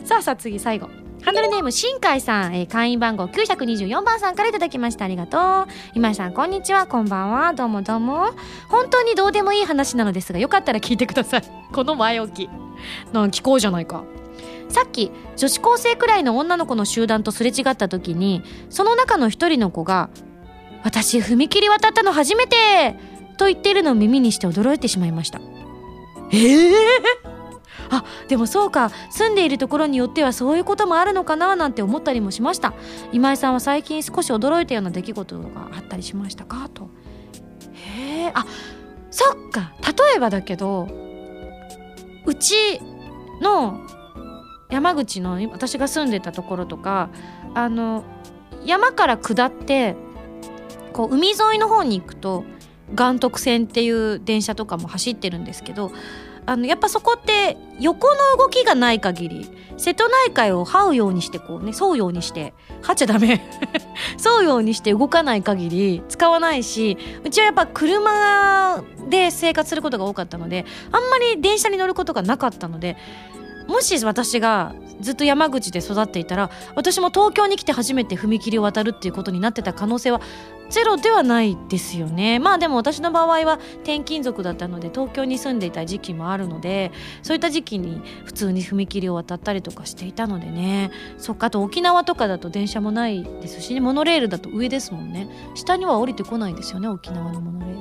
さあさあ次最後、ハンドルネーム新海さん、えー、会員番号きゅうひゃくにじゅうよんばんさんからいただきました。ありがとう。今井さんこんにちは。こんばんは。どうもどうも。本当にどうでもいい話なのですが、よかったら聞いてくださいこの前置きなん聞こうじゃないか。さっき女子高生くらいの女の子の集団とすれ違った時に、その中の一人の子が私踏切渡ったの初めてと言っているのを耳にして驚いてしまいました。えーあ、でもそうか、住んでいるところによってはそういうこともあるのかななんて思ったりもしました。今井さんは最近少し驚いたような出来事があったりしましたかと。へえ、あ、そっか、例えばだけど、うちの山口の私が住んでたところとか、あの山から下ってこう海沿いの方に行くと岩徳線っていう電車とかも走ってるんですけど、あのやっぱそこって横の動きがない限り、瀬戸内海を這うようにしてこうね、沿うようにして這っちゃダメ沿うようにして動かない限り使わないし、うちはやっぱ車で生活することが多かったので、あんまり電車に乗ることがなかったので、 もし私がずっと山口で育っていたら、私も東京に来て初めて踏切を渡るっていうことになってた可能性はゼロではないですよね。まあでも私の場合は転勤族だったので東京に住んでいた時期もあるので、そういった時期に普通に踏切を渡ったりとかしていたのでね。そっか、あと沖縄とかだと電車もないですしね、モノレールだと上ですもんね。下には降りてこないですよね、沖縄のモノレール。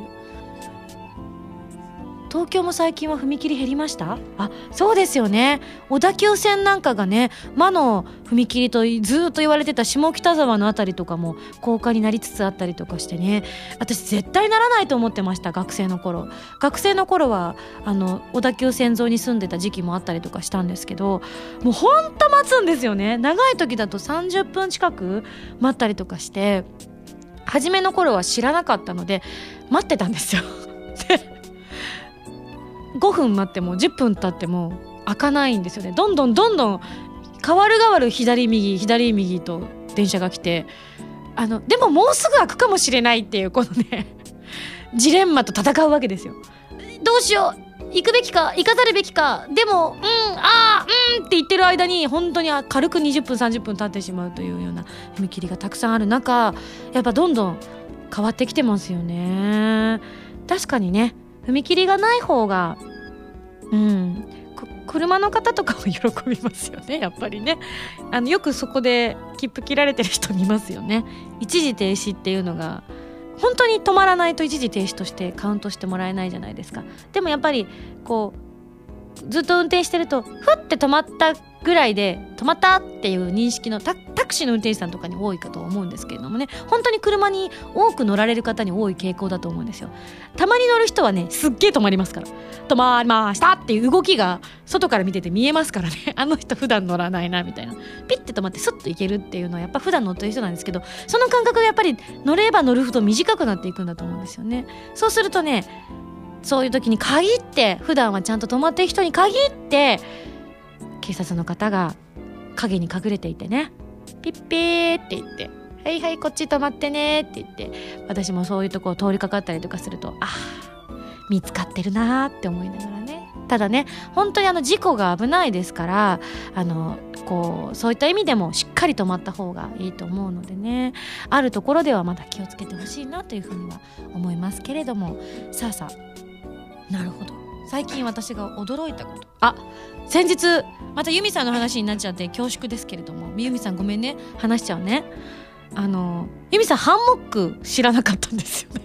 東京も最近は踏切減りました？あ、そうですよね。小田急線なんかがね、魔の踏切とずっと言われてた下北沢のあたりとかも高架になりつつあったりとかしてね、私絶対ならないと思ってました。学生の頃学生の頃はあの小田急線沿いに住んでた時期もあったりとかしたんですけど、もうほんと待つんですよね。長い時だとさんじゅっぷん近く待ったりとかして、初めの頃は知らなかったので待ってたんですよでごふん待ってもじゅっぷん経っても開かないんですよね。どんどんどんどん変わる変わる左右左右と電車が来て、あのでももうすぐ開くかもしれないっていうこのねジレンマと戦うわけですよ。どうしよう、行くべきか行かざるべきか、でもうんあーうんって言ってる間に本当に軽くにじゅっぷんさんじゅっぷん経ってしまうというような踏切がたくさんある中、やっぱどんどん変わってきてますよね。確かにね、踏切がない方がうん車の方とかも喜びますよね。やっぱりね、あのよくそこで切符切られてる人見ますよね。一時停止っていうのが本当に止まらないと一時停止としてカウントしてもらえないじゃないですか。でもやっぱりこうずっと運転してるとふって止まったぐらいで止まったっていう認識の タ, タクシーの運転手さんとかに多いかと思うんですけれどもね、本当に車に多く乗られる方に多い傾向だと思うんですよ。たまに乗る人はね、すっげー止まりますから、止まりましたっていう動きが外から見てて見えますからねあの人普段乗らないなみたいな、ピッて止まってスッと行けるっていうのはやっぱ普段乗ってる人なんですけど、その感覚がやっぱり乗れば乗るほど短くなっていくんだと思うんですよね。そうするとね、そういう時に限って、普段はちゃんと止まってる人に限って警察の方が影に隠れていてね、ピッピーって言って、はいはいこっち止まってねって言って、私もそういうとこを通りかかったりとかすると、あー見つかってるなーって思いながらね。ただね、本当にあの事故が危ないですから、あのこうそういった意味でもしっかり止まった方がいいと思うのでね、あるところではまだ気をつけてほしいなというふうには思いますけれども。さあさあ、なるほど、最近私が驚いたこと、あ、先日またユミさんの話になっちゃって恐縮ですけれども、ユミさんごめんね、話しちゃうね。あのユミさんハンモック知らなかったんですよね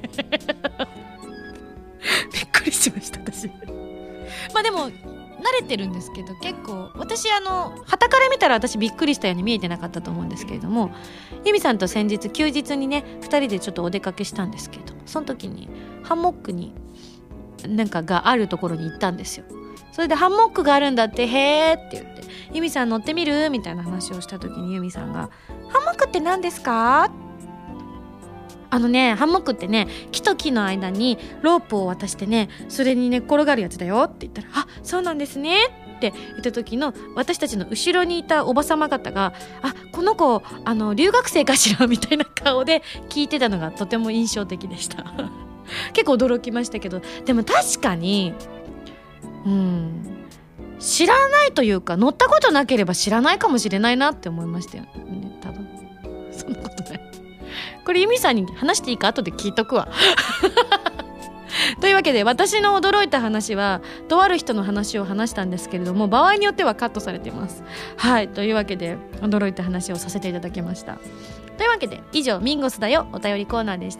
びっくりしました私まあでも慣れてるんですけど、結構私あの傍から見たら私びっくりしたように見えてなかったと思うんですけれども、ユミさんと先日休日にねふたりでちょっとお出かけしたんですけど、その時にハンモックになんかがあるところに行ったんですよ。それでハンモックがあるんだって、へーって言って、ユミさん乗ってみるみたいな話をした時に、ユミさんがハンモックって何ですか？あのね、ハンモックってね、木と木の間にロープを渡してね、それに寝っ転がるやつだよって言ったら、あ、そうなんですねって言った時の私たちの後ろにいたおばさま方が、あ、この子あの留学生かしらみたいな顔で聞いてたのがとても印象的でした結構驚きましたけど、でも確かにうん知らないというか、乗ったことなければ知らないかもしれないなって思いましたよね。多分そんなことない。これユミさんに話していいか後で聞いとくわというわけで、私の驚いた話はとある人の話を話したんですけれども、場合によってはカットされています。はい、というわけで驚いた話をさせていただきました。というわけで以上、ミンゴスだよお便りコーナーでした。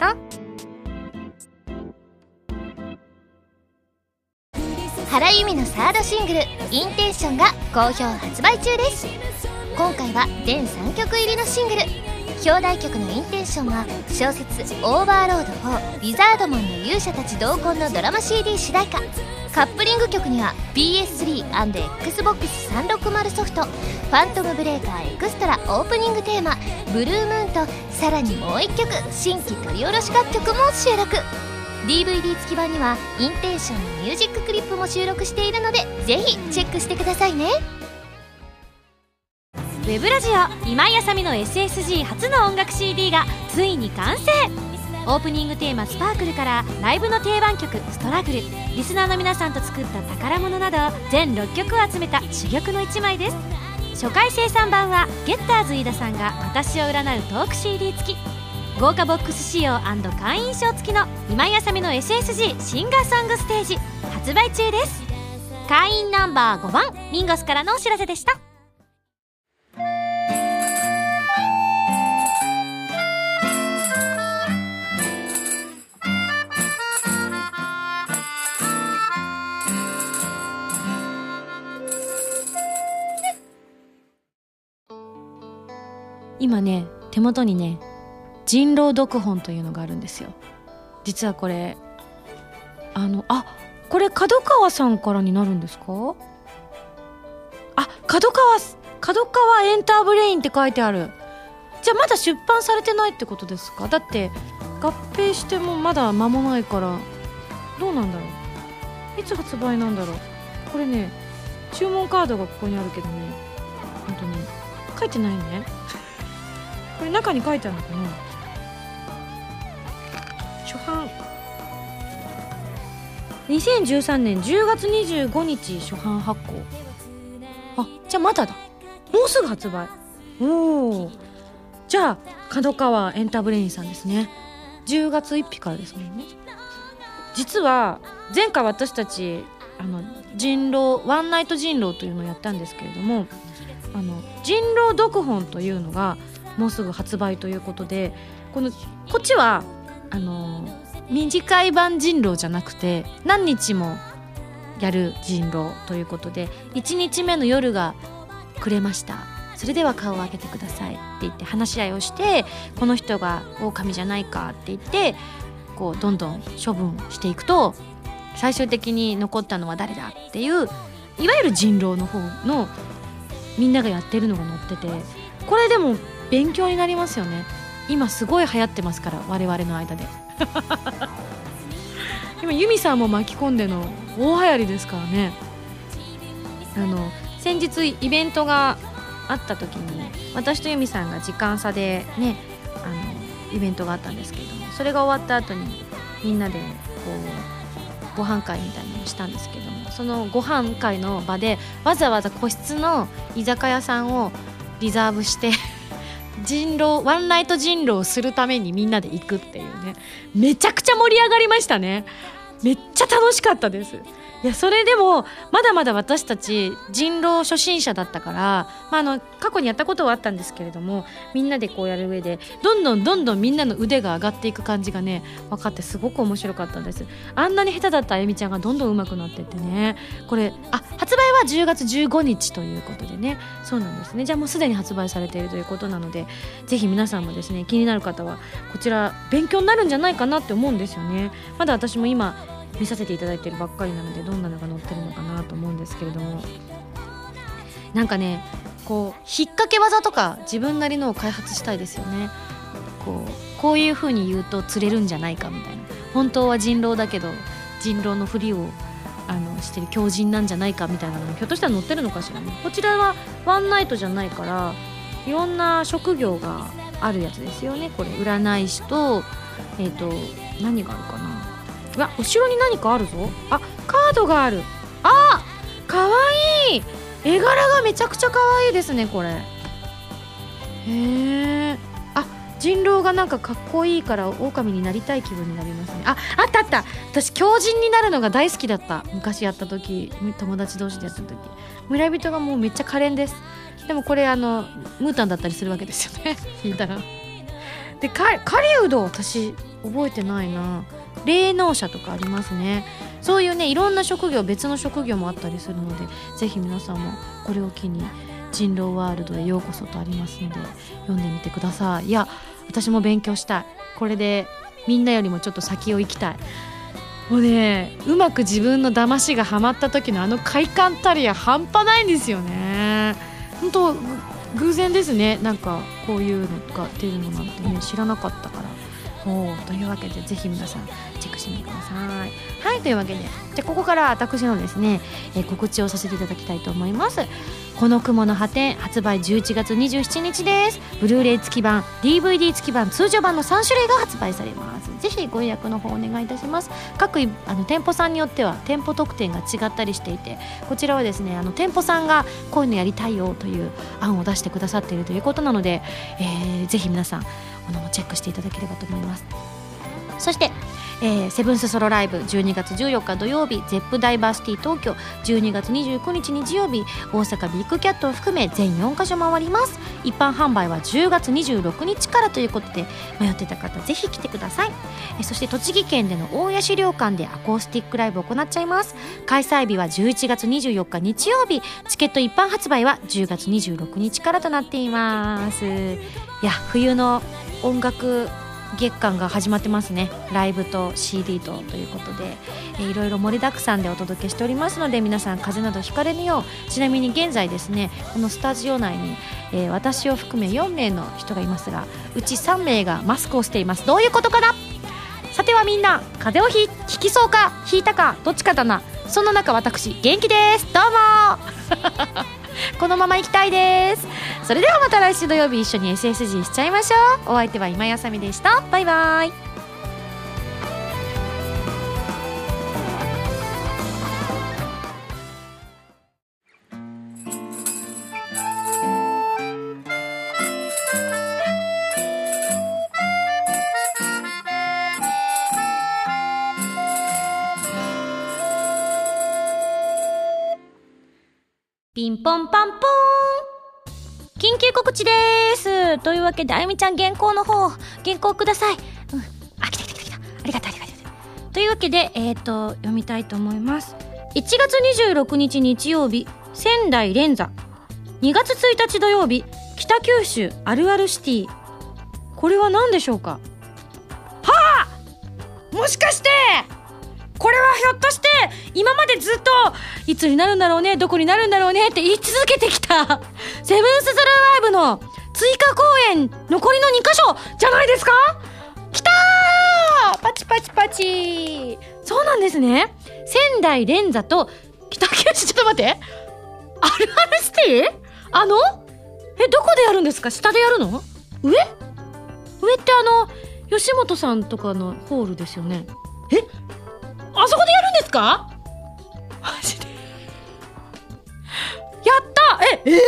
原由美のサードシングル「インテンション」が好評発売中です。今回は全さんきょく入りのシングル。表題曲の「インテンション」は小説「オーバーロードフォーウィザードマンの勇者たち同梱」のドラマ シーディー 主題歌。カップリング曲には ピーエススリー エックスボックスさんびゃくろくじゅう ソフト「ファントムブレーカーエクストラ」オープニングテーマ「ブルームーン」と、さらにもういっきょく新規取り下ろし楽曲も収録。 ディーブイディー 付き版にはインテンションのミュージッククリップも収録しているので、ぜひチェックしてくださいね。 ウェブラジオ今井あさみの エスエスジー 初の音楽 シーディー がついに完成。 オープニングテーマ「スパークル」からライブの定番曲「ストラグル」リスナーの皆さんと作った宝物など全ろっきょくを集めた珠玉のいちまいです。初回生産版はゲッターズ飯田さんが私を占うトーク シーディー 付き、豪華ボックス仕様&会員証付きの今井あさみの エスエスジー シンガーソングステージ発売中です。会員ナンバーごばんミンゴスからのお知らせでした。今ね手元にね人狼読本というのがあるんですよ。実はこれあのあこれ角川さんからになるんですか？あ角川角川エンターブレインって書いてある。じゃあまだ出版されてないってことですか？だって合併してもまだ間もないからどうなんだろう、いつ発売なんだろう。これね注文カードがここにあるけどね本当に書いてないねこれ中に書いてあるのかな。初版にせんじゅうさんねんじゅうがつにじゅうごにち初版発行。あじゃあまだだ、もうすぐ発売。おおじゃあ角川エンターブレインさんですね。じゅうがつついたちからですもんね。実は前回私たちあの人狼ワンナイト人狼というのをやったんですけれども、あの人狼読本というのがもうすぐ発売ということで、このこっちはあの短い版人狼じゃなくて何日もやる人狼ということで、いちにちめの夜が暮れました、それでは顔を上げてくださいって言って話し合いをして、この人が狼じゃないかって言ってこうどんどん処分していくと、最終的に残ったのは誰だっていういわゆる人狼の方のみんながやってるのが載ってて、これでも勉強になりますよね。今すごい流行ってますから我々の間で今ユミさんも巻き込んでの大流行りですからね。あの先日イベントがあった時に私とユミさんが時間差でねあのイベントがあったんですけれども、それが終わった後にみんなでこうご飯会みたいなのをしたんですけども、そのご飯会の場でわざわざ個室の居酒屋さんをリザーブして人狼ワンナイト人狼をするためにみんなで行くっていうね、めちゃくちゃ盛り上がりましたね。めっちゃ楽しかったです。いやそれでもまだまだ私たち人狼初心者だったから、まあ、あの過去にやったことはあったんですけれども、みんなでこうやる上でどんどんどんどんみんなの腕が上がっていく感じがね分かってすごく面白かったんです。あんなに下手だったあゆみちゃんがどんどん上手くなってってね、これあ発売はじゅうがつじゅうごにちということでね、そうなんですね。じゃあもうすでに発売されているということなので、ぜひ皆さんもですね気になる方はこちら勉強になるんじゃないかなって思うんですよね。まだ私も今見させていただいているばっかりなのでどんなのが載ってるのかなと思うんですけれども、なんかねこう引っ掛け技とか自分なりのを開発したいですよね。こう、こういう風に言うと釣れるんじゃないかみたいな、本当は人狼だけど人狼のふりをあのしてる狂人なんじゃないかみたいなのもひょっとしたら載ってるのかしらね。こちらはワンナイトじゃないからいろんな職業があるやつですよね。これ占い師とえっと何があるかな、うわ後ろに何かあるぞ。あカードがある。あかわいい、絵柄がめちゃくちゃかわいいですねこれ。へえ、あ人狼がなんかかっこいいから狼になりたい気分になりますね。ああったあった、私狂人になるのが大好きだった。昔やった時友達同士でやった時村人がもうめっちゃ可憐です。でもこれあのムータンだったりするわけですよね聞いたら。で狩人私覚えてないな。霊能者とかありますね。そういうねいろんな職業、別の職業もあったりするので、ぜひ皆さんもこれを機に人狼ワールドへようこそとありますので読んでみてください。いや私も勉強したい。これでみんなよりもちょっと先を行きたい。もうねうまく自分の騙しがハマった時のあの快感たりや半端ないんですよね。本当偶然ですね。なんかこういうのが出るのなんてね知らなかったから。というわけでぜひ皆さんチェックしてみてください。はいというわけでじゃあここから私のですね、えー、告知をさせていただきたいと思います。 この雲の果て発売じゅういちがつにじゅうしちにちです。ブルーレイ付き版、 ディーブイディー 付き版、通常版のさんしゅるいが発売されます。ぜひご予約の方お願いいたします。各あの店舗さんによっては店舗特典が違ったりしていて、こちらはですねあの店舗さんがこういうのやりたいよという案を出してくださっているということなので、えー、ぜひ皆さんあのチェックしていただければと思います。そしてえー、セブンスソロライブじゅうにがつじゅうよっか土曜日、ゼップダイバーシティ東京じゅうにがつにじゅうくにち日曜日、大阪ビッグキャットを含め全よんかしょ回ります。一般販売はじゅうがつにじゅうろくにちからということで、迷ってた方ぜひ来てください。えー、そして栃木県での大谷資料館でアコースティックライブを行っちゃいます。開催日はじゅういちがつにじゅうよっか日曜日、チケット一般発売はじゅうがつにじゅうろくにちからとなっています。いや冬の音楽月間が始まってますね。ライブと シーディー とということで、えー、いろいろ盛りだくさんでお届けしておりますので、皆さん風邪などひかれぬよう。ちなみに現在ですねこのスタジオ内に、えー、私を含めよんめいの人がいますが、うちさんめいがマスクをしています。どういうことかな。さてはみんな風邪をひひきそうかひいたかどっちかだな。そんな中私元気です。どうもこのまま行きたいです。それではまた来週土曜日一緒に エスエスジー しちゃいましょう。お相手は今井あさみでした。バイバイ。ピンポンパンポーン、緊急告知です。というわけであゆみちゃん原稿の方原稿ください。うん、あ、来た来た来た来た、ありがとうありがとう。というわけでえっと読みたいと思います。いちがつにじゅうろくにち日曜日、仙台連座。にがつついたち土曜日、北九州あるあるシティ。これは何でしょうか。はあ、もしかしてこれはひょっとして今までずっといつになるんだろうね、どこになるんだろうねって言い続けてきたセブンスソロライブの追加公演残りのにかしょじゃないですか。きたー、パチパチパチ。そうなんですね。仙台連座と北九州、ちょっと待って、あるあるシティ、あのえどこでやるんですか。下でやるの？上？上ってあの吉本さんとかのホールですよね。えあそこでやるんですか。マジでやった。ええ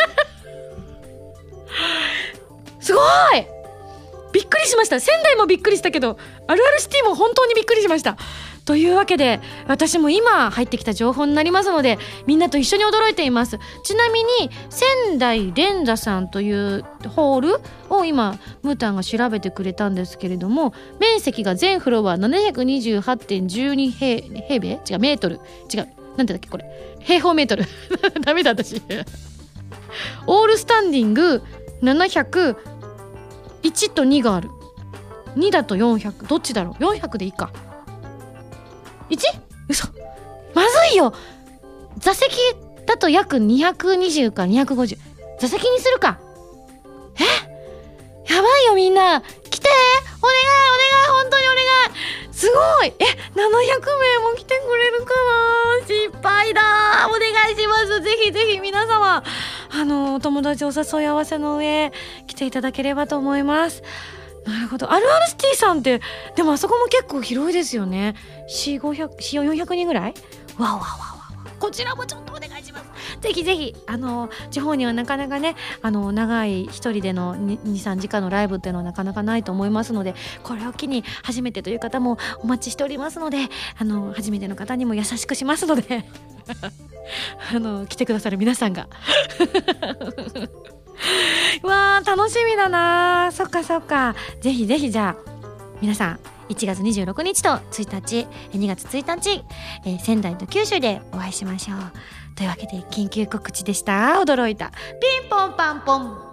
ー、すごいびっくりしました。仙台もびっくりしたけど、あるあるシティも本当にびっくりしました。というわけで私も今入ってきた情報になりますので、みんなと一緒に驚いています。ちなみに仙台連座さんというホールを今ムータンが調べてくれたんですけれども、面積が全フロア ななひゃくにじゅうはちてんいちに 平, 平米違うメートル違うなんてだっけこれ平方メートルダメだ私オールスタンディングななひゃくいちとにがある。にだとよんひゃく、どっちだろう。よんひゃくでいいか。いち？ 嘘、まずいよ。座席だと約にひゃくにじゅうかにひゃくごじゅう、座席にするか。えやばいよみんな来て、お願いお願い本当にお願い。すごい。えななひゃくめいも来てくれるかな。失敗だ。お願いします。ぜひぜひ皆様あのお友達お誘い合わせの上来ていただければと思います。なるほど。アルアルシティさんってでもあそこも結構広いですよね。よん、ごひゃく、よんひゃくにんぐらい。わわわわわ。こちらもちょっとお願いします。ぜひぜひあの地方にはなかなかねあの長い一人での にさんじかんのライブっていうのはなかなかないと思いますので、これを機に初めてという方もお待ちしておりますので、あの初めての方にも優しくしますのであの来てくださる皆さんがわー楽しみだな。そっかそっか。ぜひぜひじゃあ皆さんいちがつにじゅうろくにちとついたちにがつついたち、えー、仙台と九州でお会いしましょう。というわけで緊急告知でした。驚いた。ピンポンパンポン。